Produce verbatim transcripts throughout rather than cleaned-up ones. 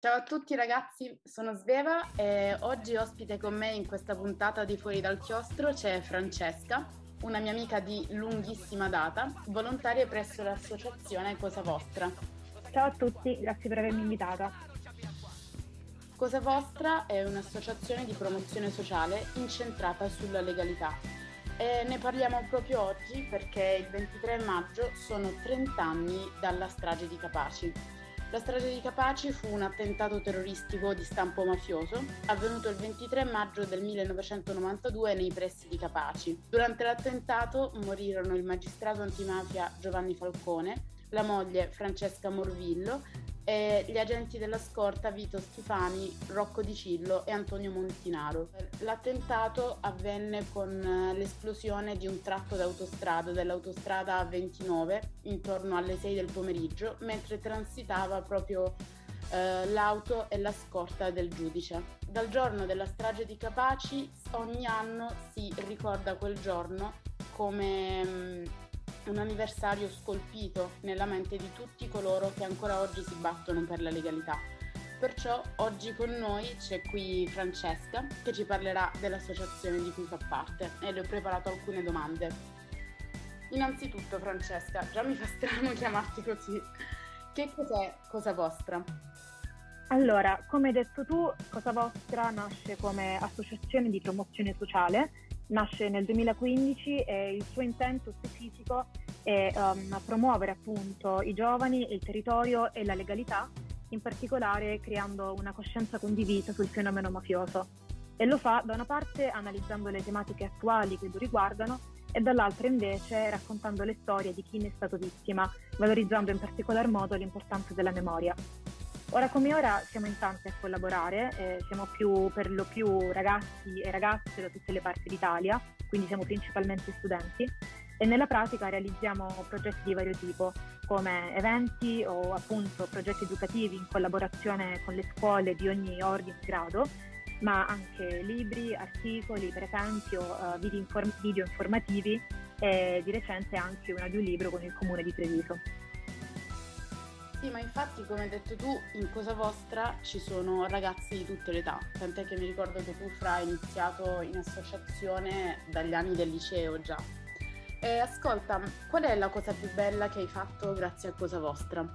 Ciao a tutti ragazzi, sono Sveva e oggi ospite con me in questa puntata di Fuori dal Chiostro c'è Francesca, una mia amica di lunghissima data, volontaria presso l'associazione Cosa Vostra. Ciao a tutti, grazie per avermi invitata. Cosa Vostra è un'associazione di promozione sociale incentrata sulla legalità e ne parliamo proprio oggi perché il ventitré maggio sono trenta anni dalla strage di Capaci. La strage di Capaci fu un attentato terroristico di stampo mafioso avvenuto il ventitré maggio del millenovecentonovantadue nei pressi di Capaci. Durante l'attentato morirono il magistrato antimafia Giovanni Falcone, la moglie Francesca Morvillo e gli agenti della scorta Vito Schifani, Rocco Di Cillo e Antonio Montinaro. L'attentato avvenne con l'esplosione di un tratto d'autostrada, dell'autostrada A ventinove, intorno alle sei del pomeriggio, mentre transitava proprio eh, l'auto e la scorta del giudice. Dal giorno della strage di Capaci, ogni anno si ricorda quel giorno come mh, un anniversario scolpito nella mente di tutti coloro che ancora oggi si battono per la legalità. Perciò oggi con noi c'è qui Francesca che ci parlerà dell'associazione di cui fa parte e le ho preparato alcune domande. Innanzitutto Francesca, già mi fa strano chiamarti così. Che cos'è Cosa Vostra? Allora, come hai detto tu, Cosa Vostra nasce come associazione di promozione sociale. Nasce nel duemilaquindici e il suo intento specifico è um, promuovere appunto i giovani, il territorio e la legalità, in particolare creando una coscienza condivisa sul fenomeno mafioso. E lo fa da una parte analizzando le tematiche attuali che lo riguardano e dall'altra invece raccontando le storie di chi ne è stato vittima, valorizzando in particolar modo l'importanza della memoria. Ora come ora siamo in tanti a collaborare, eh, siamo più, per lo più ragazzi e ragazze da tutte le parti d'Italia, quindi siamo principalmente studenti, e nella pratica realizziamo progetti di vario tipo, come eventi o appunto progetti educativi in collaborazione con le scuole di ogni ordine e grado, ma anche libri, articoli, per esempio uh, video, inform- video informativi e di recente anche un audiolibro con il Comune di Treviso. Sì, ma infatti, come hai detto tu, in Cosa Vostra ci sono ragazzi di tutte le età, tant'è che mi ricordo che tu, Fra, hai iniziato in associazione dagli anni del liceo già. E ascolta, qual è la cosa più bella che hai fatto grazie a Cosa Vostra?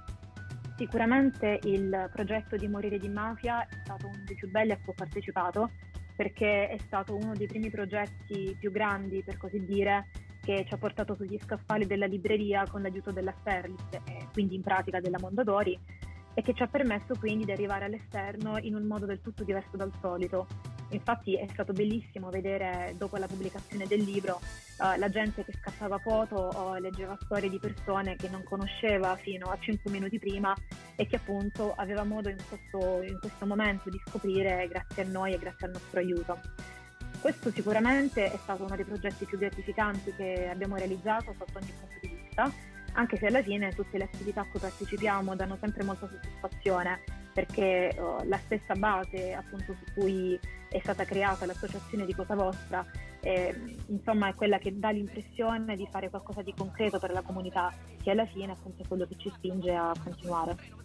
Sicuramente il progetto di Morire di Mafia è stato uno dei più belli a cui ho partecipato, perché è stato uno dei primi progetti più grandi, per così dire, che ci ha portato sugli scaffali della libreria con l'aiuto della Sterling e quindi in pratica della Mondadori, e che ci ha permesso quindi di arrivare all'esterno in un modo del tutto diverso dal solito. Infatti è stato bellissimo vedere dopo la pubblicazione del libro uh, la gente che scattava foto o leggeva storie di persone che non conosceva fino a cinque minuti prima e che appunto aveva modo in questo, in questo momento di scoprire grazie a noi e grazie al nostro aiuto. Questo sicuramente è stato uno dei progetti più gratificanti che abbiamo realizzato sotto ogni punto di vista, anche se alla fine tutte le attività a cui partecipiamo danno sempre molta soddisfazione, perché uh, la stessa base appunto su cui è stata creata l'associazione di Cosa Vostra eh, insomma è quella che dà l'impressione di fare qualcosa di concreto per la comunità, che alla fine appunto è quello che ci spinge a continuare.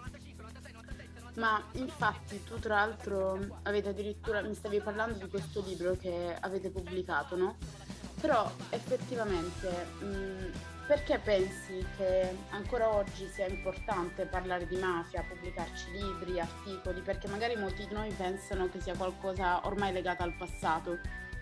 Ma infatti tu tra l'altro avete addirittura, mi stavi parlando di questo libro che avete pubblicato, no? Però effettivamente mh, perché pensi che ancora oggi sia importante parlare di mafia, pubblicarci libri, articoli? Perché magari molti di noi pensano che sia qualcosa ormai legato al passato.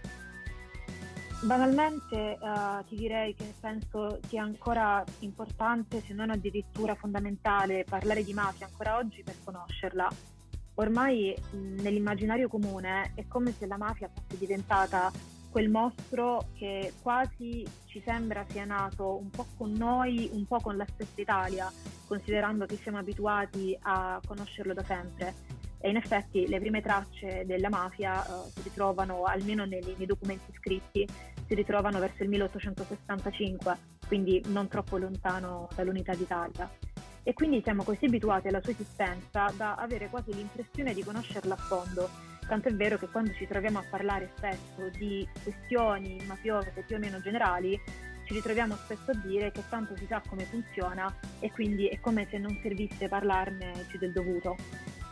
Banalmente eh, ti direi che penso sia ancora importante, se non addirittura fondamentale, parlare di mafia ancora oggi per conoscerla. Ormai mh, nell'immaginario comune è come se la mafia fosse diventata quel mostro che quasi ci sembra sia nato un po' con noi, un po' con la stessa Italia, considerando che siamo abituati a conoscerlo da sempre. E in effetti le prime tracce della mafia uh, si ritrovano, almeno nei, nei documenti scritti, si ritrovano verso il milleottocentosessantacinque, quindi non troppo lontano dall'Unità d'Italia. E quindi siamo così abituati alla sua esistenza da avere quasi l'impressione di conoscerla a fondo. Tanto è vero che quando ci troviamo a parlare spesso di questioni mafiose più o meno generali, ci ritroviamo spesso a dire che tanto si sa come funziona e quindi è come se non servisse parlarne più del dovuto.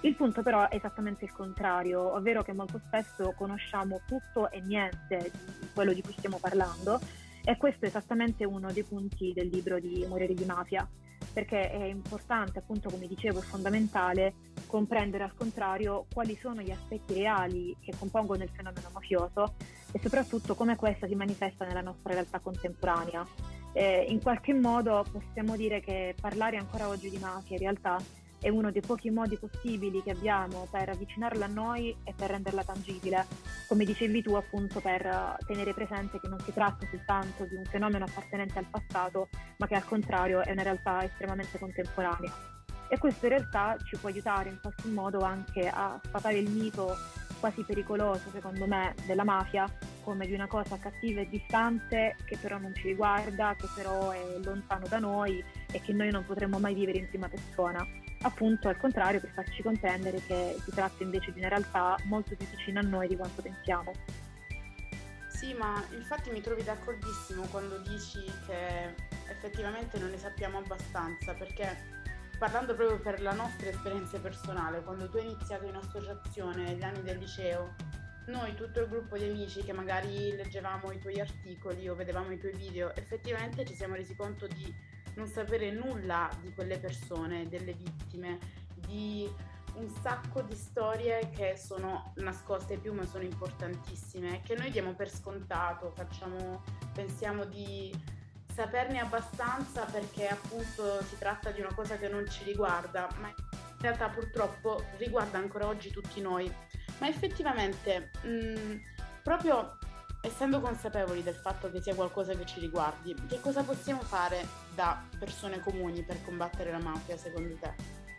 Il punto però è esattamente il contrario, ovvero che molto spesso conosciamo tutto e niente di quello di cui stiamo parlando, e questo è esattamente uno dei punti del libro di Morire di Mafia, perché è importante, appunto, come dicevo, è fondamentale comprendere al contrario quali sono gli aspetti reali che compongono il fenomeno mafioso e soprattutto come questa si manifesta nella nostra realtà contemporanea. Eh, in qualche modo possiamo dire che parlare ancora oggi di mafia in realtà è uno dei pochi modi possibili che abbiamo per avvicinarla a noi e per renderla tangibile. Come dicevi tu, appunto, per tenere presente che non si tratta soltanto di un fenomeno appartenente al passato, ma che al contrario è una realtà estremamente contemporanea. E questo in realtà ci può aiutare in qualche modo anche a sfatare il mito quasi pericoloso, secondo me, della mafia, come di una cosa cattiva e distante che però non ci riguarda, che però è lontano da noi e che noi non potremmo mai vivere in prima persona. Appunto, al contrario, per farci comprendere che si tratta invece di una realtà molto più vicina a noi di quanto pensiamo. Sì, ma infatti mi trovi d'accordissimo quando dici che effettivamente non ne sappiamo abbastanza, perché parlando proprio per la nostra esperienza personale, quando tu hai iniziato in associazione negli anni del liceo, noi, tutto il gruppo di amici che magari leggevamo i tuoi articoli o vedevamo i tuoi video, effettivamente ci siamo resi conto di non sapere nulla di quelle persone, delle vittime, di un sacco di storie che sono nascoste più ma sono importantissime, che noi diamo per scontato, facciamo, pensiamo di saperne abbastanza perché appunto si tratta di una cosa che non ci riguarda, ma in realtà purtroppo riguarda ancora oggi tutti noi. Ma effettivamente, mh, proprio essendo consapevoli del fatto che sia qualcosa che ci riguardi, che cosa possiamo fare da persone comuni per combattere la mafia, secondo te?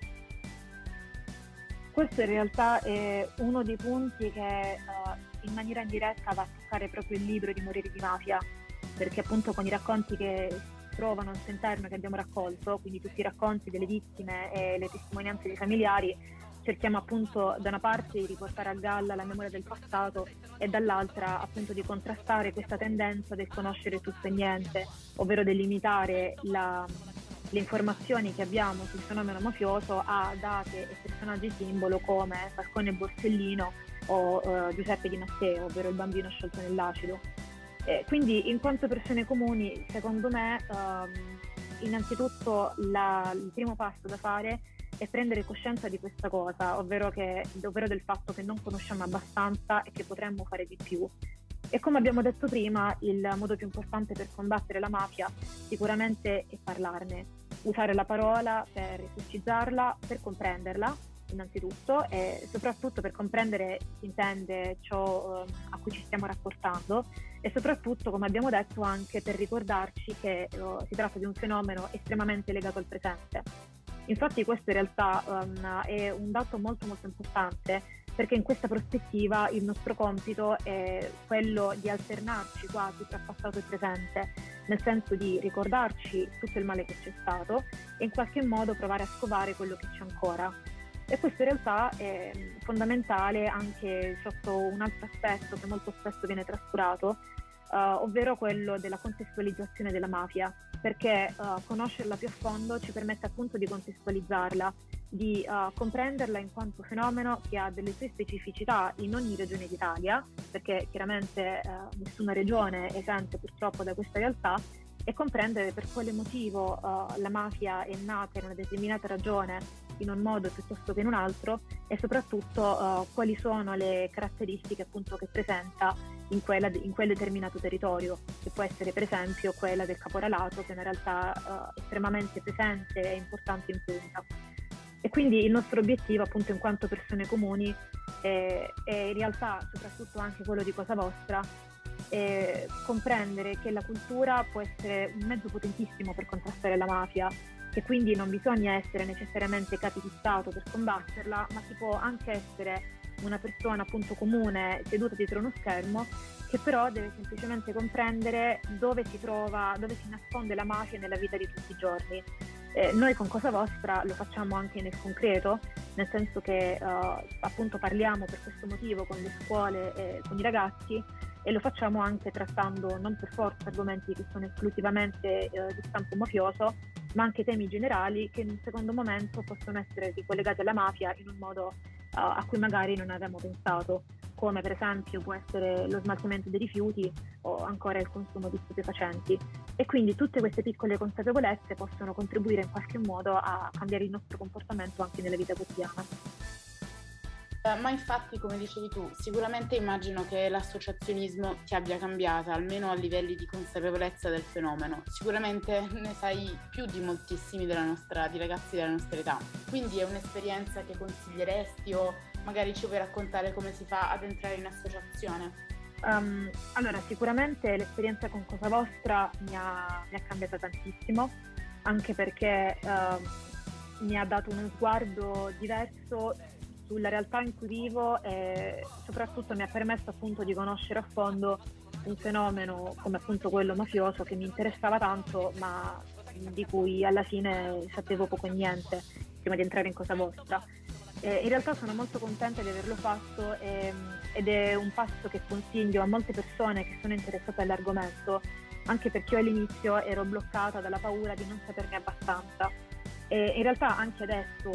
Questo in realtà è uno dei punti che uh, in maniera indiretta va a toccare proprio il libro di Morire di Mafia, perché appunto con i racconti che si trovano al suo interno, che abbiamo raccolto, quindi tutti i racconti delle vittime e le testimonianze dei familiari, cerchiamo appunto da una parte di riportare a galla la memoria del passato e dall'altra appunto di contrastare questa tendenza del conoscere tutto e niente, ovvero del limitare la, le informazioni che abbiamo sul fenomeno mafioso a date e personaggi simbolo come Falcone e Borsellino o uh, Giuseppe Di Matteo, ovvero il bambino sciolto nell'acido. Eh, quindi in quanto persone comuni, secondo me, um, innanzitutto la, il primo passo da fare è prendere coscienza di questa cosa, ovvero, che, ovvero del fatto che non conosciamo abbastanza e che potremmo fare di più. E come abbiamo detto prima, il modo più importante per combattere la mafia sicuramente è parlarne, usare la parola per esorcizzarla, per comprenderla innanzitutto e soprattutto per comprendere si intende ciò eh, a cui ci stiamo rapportando e soprattutto, come abbiamo detto, anche per ricordarci che eh, si tratta di un fenomeno estremamente legato al presente. Infatti questo in realtà um, è un dato molto molto importante, perché in questa prospettiva il nostro compito è quello di alternarci quasi tra passato e presente, nel senso di ricordarci tutto il male che c'è stato e in qualche modo provare a scovare quello che c'è ancora. E questo in realtà è fondamentale anche sotto un altro aspetto che molto spesso viene trascurato, Uh, ovvero quello della contestualizzazione della mafia, perché uh, conoscerla più a fondo ci permette appunto di contestualizzarla, di uh, comprenderla in quanto fenomeno che ha delle sue specificità in ogni regione d'Italia, perché chiaramente uh, nessuna regione è esente purtroppo da questa realtà, e comprendere per quale motivo uh, la mafia è nata in una determinata regione in un modo piuttosto che in un altro e soprattutto uh, quali sono le caratteristiche appunto che presenta in, quella, in quel determinato territorio, che può essere per esempio quella del caporalato, che è una realtà uh, estremamente presente e importante in punta. E quindi il nostro obiettivo appunto in quanto persone comuni è, è in realtà soprattutto anche quello di Cosa Vostra, è comprendere che la cultura può essere un mezzo potentissimo per contrastare la mafia, che quindi non bisogna essere necessariamente capi di Stato per combatterla, ma si può anche essere una persona appunto comune seduta dietro uno schermo che però deve semplicemente comprendere dove si trova, dove si nasconde la mafia nella vita di tutti i giorni. Eh, noi con Cosa Vostra lo facciamo anche nel concreto, nel senso che uh, appunto parliamo per questo motivo con le scuole e con i ragazzi e lo facciamo anche trattando non per forza argomenti che sono esclusivamente uh, di stampo mafioso, ma anche temi generali che in un secondo momento possono essere ricollegati alla mafia in un modo uh, a cui magari non avevamo pensato, come per esempio può essere lo smaltimento dei rifiuti o ancora il consumo di stupefacenti. E quindi tutte queste piccole consapevolezze possono contribuire in qualche modo a cambiare il nostro comportamento anche nella vita quotidiana. Eh, Ma infatti, come dicevi tu, sicuramente immagino che l'associazionismo ti abbia cambiata, almeno a livelli di consapevolezza del fenomeno. Sicuramente ne sai più di moltissimi della nostra, di ragazzi della nostra età. Quindi è un'esperienza che consiglieresti o magari ci puoi raccontare come si fa ad entrare in associazione? Um, allora, sicuramente l'esperienza con Cosa Vostra mi ha, mi ha cambiato tantissimo, anche perché uh, mi ha dato uno sguardo diverso sulla realtà in cui vivo e soprattutto mi ha permesso appunto di conoscere a fondo un fenomeno come appunto quello mafioso che mi interessava tanto, ma di cui alla fine sapevo poco e niente prima di entrare in Cosa Vostra. Eh, in realtà sono molto contenta di averlo fatto e, ed è un passo che consiglio a molte persone che sono interessate all'argomento, anche perché io all'inizio ero bloccata dalla paura di non saperne abbastanza. E in realtà anche adesso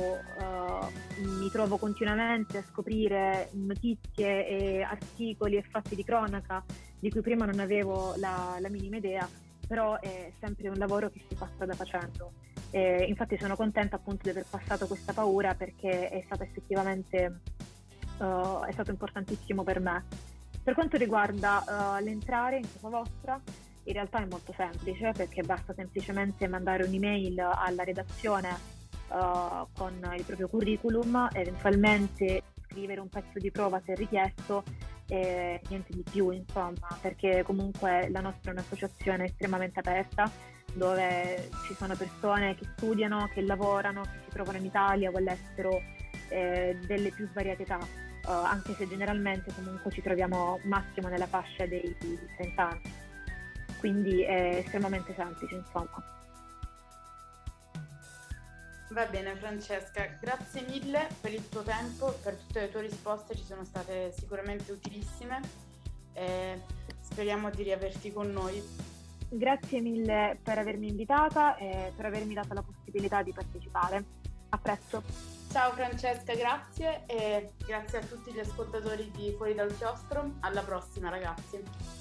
uh, mi trovo continuamente a scoprire notizie e articoli e fatti di cronaca di cui prima non avevo la, la minima idea, però è sempre un lavoro che si fa strada facendo. E infatti sono contenta appunto di aver passato questa paura, perché è stato effettivamente uh, è stato importantissimo per me. Per quanto riguarda uh, l'entrare in Casa Vostra, in realtà è molto semplice, perché basta semplicemente mandare un'email alla redazione uh, con il proprio curriculum, eventualmente scrivere un pezzo di prova se richiesto e niente di più, insomma, perché comunque la nostra è un'associazione estremamente aperta, dove ci sono persone che studiano, che lavorano, che si trovano in Italia o all'estero, eh, delle più svariate età, uh, anche se generalmente comunque ci troviamo massimo nella fascia dei trenta anni. Quindi è estremamente semplice, insomma. Va bene Francesca, grazie mille per il tuo tempo, per tutte le tue risposte, ci sono state sicuramente utilissime e speriamo di riaverti con noi. Grazie mille per avermi invitata e per avermi dato la possibilità di partecipare. A presto. Ciao Francesca, grazie e grazie a tutti gli ascoltatori di Fuori dal Chiostro. Alla prossima ragazzi.